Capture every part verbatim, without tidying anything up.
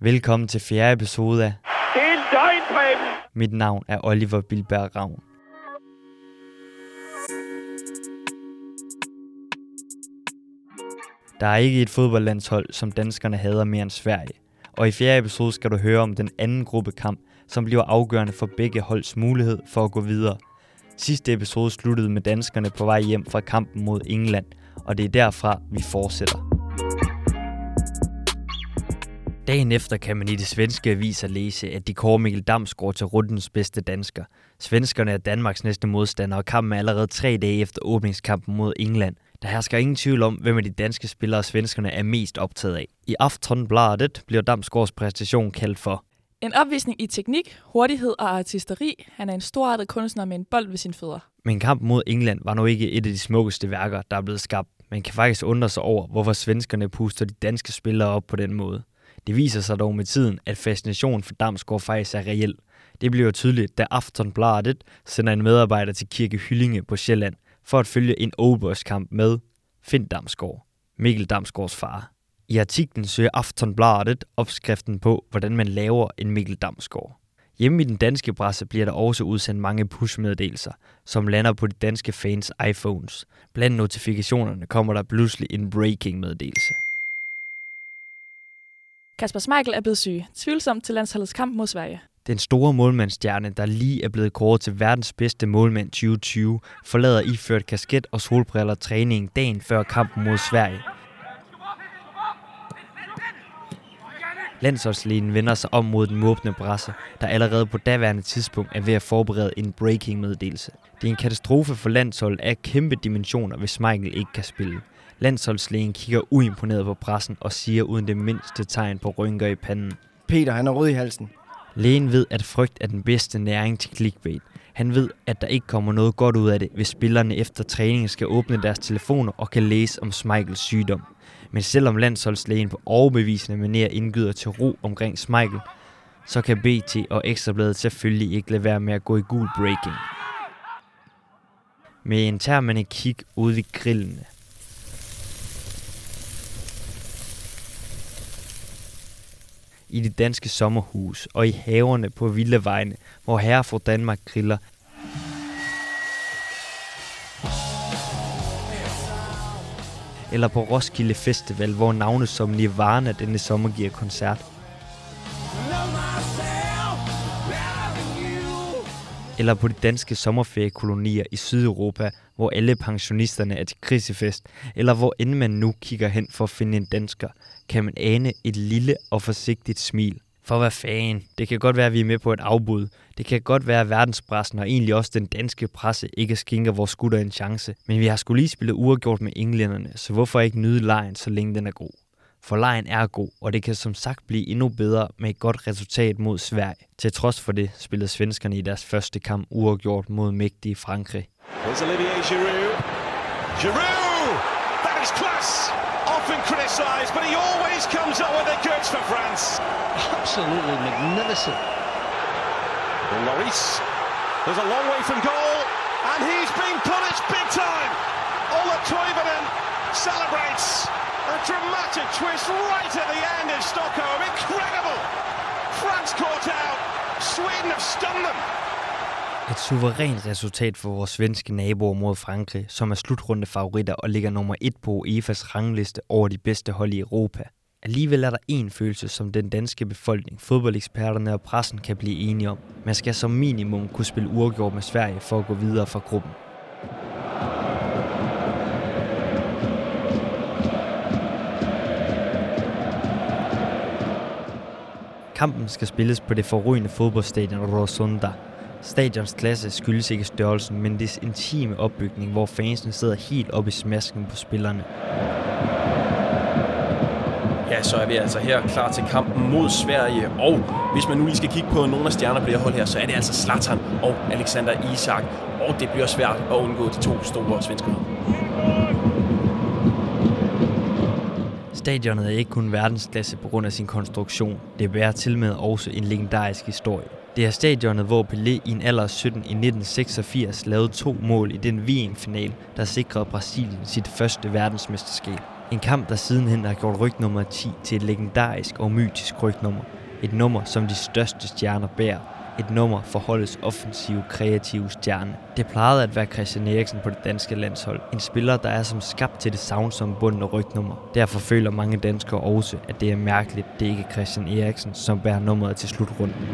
Velkommen til fjerde episode af Det er en løgn, Preben! Mit navn er Oliver Bilberg Ravn. Der er ikke et fodboldlandshold, som danskerne hader mere end Sverige. Og i fjerde episode skal du høre om den anden gruppekamp, som bliver afgørende for begge holds mulighed for at gå videre. Sidste episode sluttede med danskerne på vej hjem fra kampen mod England, og det er derfra, vi fortsætter. Dagen efter kan man i de svenske aviser læse, at de kårer Mikkel Damsgaard til rundens bedste dansker. Svenskerne er Danmarks næste modstander, og kampen er allerede tre dage efter åbningskampen mod England. Der hersker ingen tvivl om, hvem af de danske spillere svenskerne er mest optaget af. I Aftonbladet bliver Damsgaards præstation kaldt for en opvisning i teknik, hurtighed og artisteri. Han er en storartet kunstner med en bold ved sine fødder. Men kampen mod England var nu ikke et af de smukkeste værker, der er blevet skabt. Man kan faktisk undre sig over, hvorfor svenskerne puster de danske spillere op på den måde. Det viser sig dog med tiden, at fascinationen for Damsgaard faktisk er reel. Det bliver tydeligt, da Aftonbladet sender en medarbejder til Kirke Hyllinge på Sjælland for at følge en Oldboys-kamp med Finn Damsgaard, Mikkel Damsgaards far. I artiklen søger Aftonbladet opskriften på, hvordan man laver en Mikkel Damsgaard. Hjemme i den danske presse bliver der også udsendt mange push-meddelelser, som lander på de danske fans' iPhones. Blandt notifikationerne kommer der pludselig en breaking-meddelelse. Kasper Schmeichel er blevet syg. Tvivlsomt til landsholdets kamp mod Sverige. Den store målmandsstjerne, der lige er blevet kåret til verdens bedste målmand tyve tyve, forlader iført kasket og solbriller træningen dagen før kampen mod Sverige. Landsholdslægen vender sig om mod den måbne presse, der allerede på daværende tidspunkt er ved at forberede en breaking-meddelelse. Det er en katastrofe for landsholdet af kæmpe dimensioner, hvis Schmeichel ikke kan spille. Landsholdslægen kigger uimponeret på pressen og siger uden det mindste tegn på rynker i panden: Peter, han er rød i halsen. Lægen ved, at frygt er den bedste næring til clickbait. Han ved, at der ikke kommer noget godt ud af det, hvis spillerne efter træningen skal åbne deres telefoner og kan læse om Schmeichels sygdom. Men selvom landsholdslægen på overbevisende manér indgyder til ro omkring Schmeichel, så kan B T og Ekstrabladet selvfølgelig ikke lade være med at gå i gul breaking. Med en termende kig ude ved grillene. I de danske sommerhus og i haverne på Villevejene, hvor herre fra Danmark griller. Eller på Roskilde Festival, hvor navne som Nirvana denne sommer giver koncert. Eller på de danske sommerferiekolonier i Sydeuropa, hvor alle pensionisterne er til krisefest, eller hvor end man nu kigger hen for at finde en dansker, kan man ane et lille og forsigtigt smil. For hvad fanden, det kan godt være, at vi er med på et afbud. Det kan godt være, at verdenspressen og egentlig også den danske presse ikke skænker vores gutter en chance. Men vi har skulle lige spillet uafgjort med englænderne, så hvorfor ikke nyde legen, så længe den er god? For legen er god, og det kan som sagt blive endnu bedre med et godt resultat mod Sverige. Til trods for det spillede svenskerne i deres første kamp uafgjort mod mægtige Frankrig. Here's Olivier Giroud. Giroud! That is class! Often criticised, but he always comes up with the goods for France. Absolutely magnificent. Lloris. There's a long way from goal, and he's been punished big time. Ola Toivonen celebrates. A dramatic twist right at the end in Stockholm. Incredible! France caught out. Sweden have stunned them. Et suverænt resultat for vores svenske naboer mod Frankrig, som er slutrunde favoritter og ligger nummer et på U E F A's rangliste over de bedste hold i Europa. Alligevel er der én følelse, som den danske befolkning, fodboldeksperterne og pressen kan blive enige om. Man skal som minimum kunne spille uafgjort med Sverige for at gå videre fra gruppen. Kampen skal spilles på det forrygende fodboldstadion Råsunda. Stadions klasse skyldes ikke størrelsen, men dets intime opbygning, hvor fansene sidder helt oppe i smasken på spillerne. Ja, så er vi altså her klar til kampen mod Sverige, og hvis man nu lige skal kigge på nogle af stjerner på det her hold her, så er det altså Zlatan og Alexander Isak, og det bliver svært at undgå de to store svenske hold. Stadionet er ikke kun verdensklasse på grund af sin konstruktion, det bærer til med også en legendarisk historie. Det er stadionet, hvor Pelé i en alder af sytten i nitten seksogfirs lavede to mål i den V M-final, der sikrede Brasilien sit første verdensmesterskab. En kamp, der sidenhen har gjort ryg nummer ti til et legendarisk og mytisk rygnummer. Et nummer, som de største stjerner bærer. Et nummer for holdets offensive, kreative stjerne. Det plejede at være Christian Eriksen på det danske landshold. En spiller, der er som skabt til det savnsomme bundne rygnummer. Derfor føler mange danskere også, at det er mærkeligt, det ikke er Christian Eriksen, som bærer nummeret til slutrunden.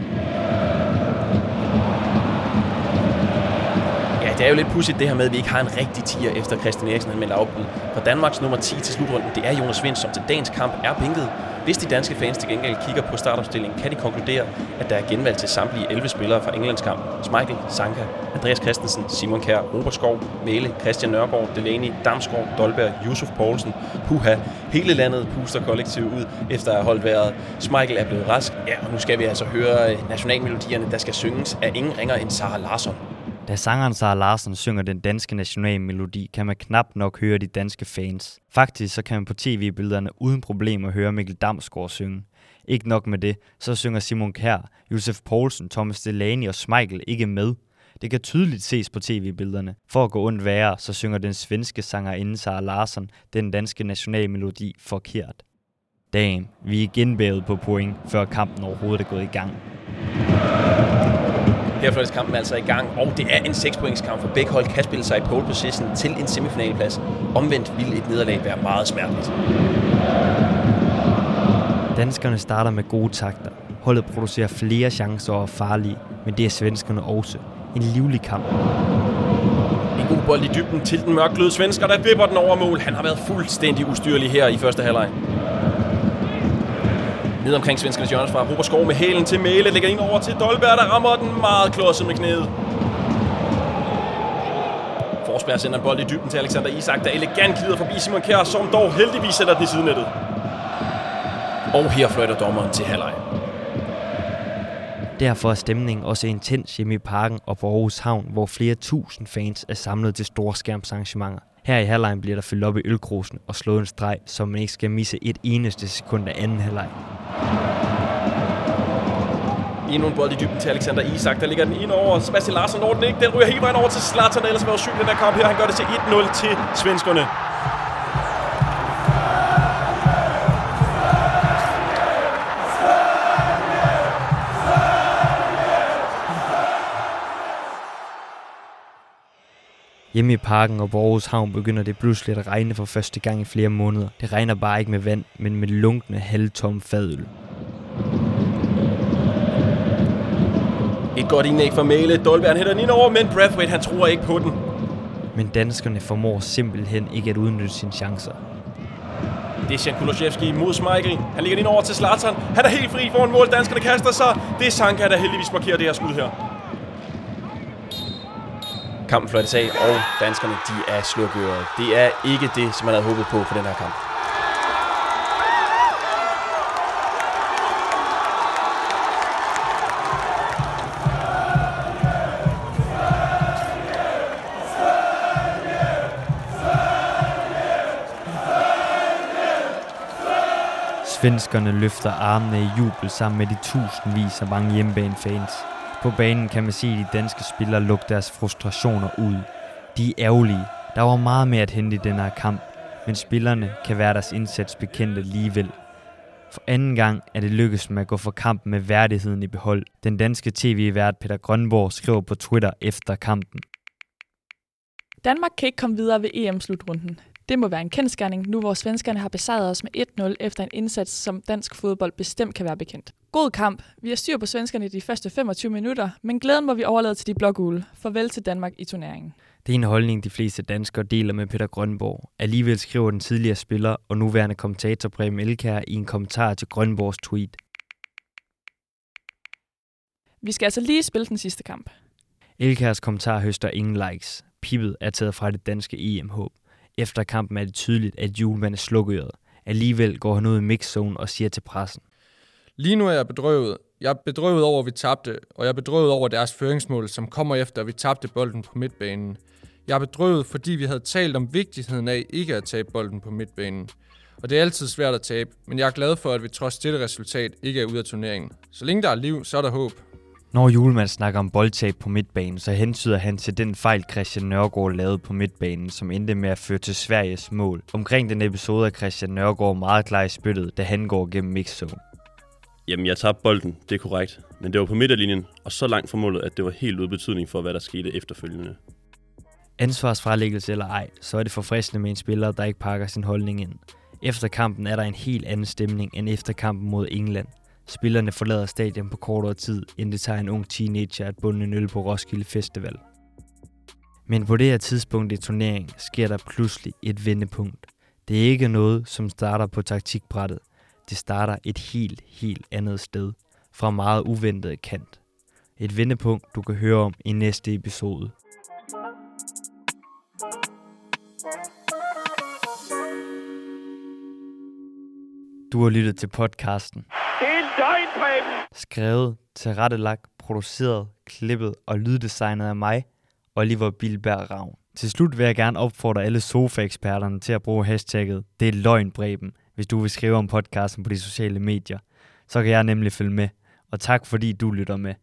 Det er jo lidt pudsigt det her med, at vi ikke har en rigtig tier efter Christian Eriksen han melder afbud. For Danmarks nummer ti til slutrunden, det er Jonas Vind, som til dagens kamp er bænket. Hvis de danske fans til gengæld kigger på startopstillingen, kan de konkludere, at der er genvalg til samtlige elleve spillere fra Englands kamp. Schmeichel, Sanka, Andreas Christensen, Simon Kjær, Robert Skov, Mæle, Christian Nørgaard, Delaney, Damsgaard, Dolberg, Yusuf Poulsen, Puha. Hele landet puster kollektivt ud efter at have holdt vejret. Schmeichel er blevet rask. Ja, og nu skal vi altså høre nationalmelodierne, der skal synges af ingen ringer end Sara Larsson. Da sangeren Sara Larsson synger den danske nationalmelodi, kan man knap nok høre de danske fans. Faktisk så kan man på tv-billederne uden problemer høre Mikkel Damsgaard synge. Ikke nok med det, så synger Simon Kjær, Yusuf Poulsen, Thomas Delaney og Schmeichel ikke med. Det kan tydeligt ses på tv-billederne. For at gå ondt værre, så synger den svenske sangerinde Sara Larsson den danske nationalmelodi forkert. Damn, vi er igen bagud på point, før kampen overhovedet er gået i gang. Her fløjtes kampen altså i gang, og det er en seks pointskamp, for begge hold kan spille sig i pole position til en semifinaleplads. Omvendt vil et nederlag være meget smerteligt. Danskerne starter med gode takter. Holdet producerer flere chancer og er farlige, men det er svenskerne også. En livlig kamp. En god bold i dybden til den mørkløde svensker, der vipper den over mål. Han har været fuldstændig ustyrlig her i første halvleg. Ned omkring svenskernes hjørnes fra Robert Skov med hælen til Mæle, lægger ind over til Dolberg, der rammer den meget klodset med knæet. Forsberg sender en bold i dybden til Alexander Isak, der elegant glider forbi Simon Kjær, som dog heldigvis sætter den i sidenettet. Og her fløjter dommeren til halvleg. Derfor er stemningen også intens hjemme i parken og på Aarhus Havn, hvor flere tusind fans er samlet til storskærmsarrangementer. Her i halvlejen bliver der fyldt op i ølkrusen og slået en streg, så man ikke skal misse et eneste sekund af anden halvleg. Endnu en bold i dybden til Alexander Isak, der ligger den ind over. Sebastian Larsson når den ikke. Den ryger helt vejen over til Zlatan, der ellers var syg i den her kamp her. Han gør det til et nul til svenskerne. Hjemme i parken og på Aarhus Havn begynder det pludselig at regne for første gang i flere måneder. Det regner bare ikke med vand, men med lunkne, halvtomme fadøl. Et godt indlæg for Mæle. Dolberg hætter den ind over, men Brathwaite han tror ikke på den. Men danskerne formår simpelthen ikke at udnytte sine chancer. Det er Jan Kulusevski mod Schmeichel. Han ligger den ind over til Zlatan. Han er helt fri foran mål. Danskerne kaster sig. Det er Sanka, der heldigvis markerer det her skud her. Kampen fløjtes af, og danskerne de er slukørede. Det er ikke det, som man havde håbet på for den her kamp. Svenskerne løfter armene i jubel sammen med de tusindvis af mange hjemmebanefans. På banen kan man se de danske spillere lukke deres frustrationer ud. De er ærgerlige. Der var meget mere at hente i den her kamp, men spillerne kan være deres indsats bekendte alligevel. For anden gang er det lykkedes med at gå for kampen med værdigheden i behold. Den danske tv-vært Peter Grønborg skriver på Twitter efter kampen. Danmark kan ikke komme videre ved E M-slutrunden. Det må være en kendsgerning, nu hvor svenskerne har besejret os med et nul efter en indsats, som dansk fodbold bestemt kan være bekendt. God kamp. Vi har styr på svenskerne i de første femogtyve minutter, men glæden må vi overlade til de blågule. Farvel til Danmark i turneringen. Det er en holdning, de fleste danskere deler med Peter Grønborg. Alligevel skriver den tidligere spiller og nuværende kommentator Preben Elkjær i en kommentar til Grønborgs tweet. Vi skal altså lige spille den sidste kamp. Elkjærs kommentar høster ingen likes. Pippet er taget fra det danske E M-håb. Efter kampen er det tydeligt, at Hjulmand er slukøret. Alligevel går han ud i mixzone og siger til pressen. Lige nu er jeg bedrøvet. Jeg er bedrøvet over, at vi tabte, og jeg er bedrøvet over deres føringsmål, som kommer efter, at vi tabte bolden på midtbanen. Jeg er bedrøvet, fordi vi havde talt om vigtigheden af ikke at tabe bolden på midtbanen. Og det er altid svært at tabe, men jeg er glad for, at vi trods dette resultat ikke er ude af turneringen. Så længe der er liv, så er der håb. Når Julemand snakker om boldtab på midtbanen, så hensyder han til den fejl, Christian Nørgaard lavede på midtbanen, som endte med at føre til Sveriges mål. Omkring den episode er Christian Nørgaard meget klar i spyttet, da han går gennem mixzone. Jamen, jeg tabte bolden, det er korrekt. Men det var på midterlinjen, og så langt fra målet, at det var helt uden betydning for, hvad der skete efterfølgende. Ansvarsfralæggelse eller ej, så er det forfriskende med en spiller, der ikke pakker sin holdning ind. Efter kampen er der en helt anden stemning end efter kampen mod England. Spillerne forlader stadion på kortere tid, end det tager en ung teenager at bunde en øl på Roskilde Festival. Men på det her tidspunkt i turneringen sker der pludselig et vendepunkt. Det er ikke noget, som starter på taktikbrættet. Det starter et helt, helt andet sted, fra meget uventet kant. Et vendepunkt, du kan høre om i næste episode. Du har lyttet til podcasten. Helt døgn, Preben! Skrevet, tilrettelagt, produceret, klippet og lyddesignet af mig, Oliver Bilberg Ravn. Til slut vil jeg gerne opfordre alle sofa-eksperterne til at bruge hashtagget Det er løgn, Preben, hvis du vil skrive om podcasten på de sociale medier. Så kan jeg nemlig følge med. Og tak fordi du lytter med.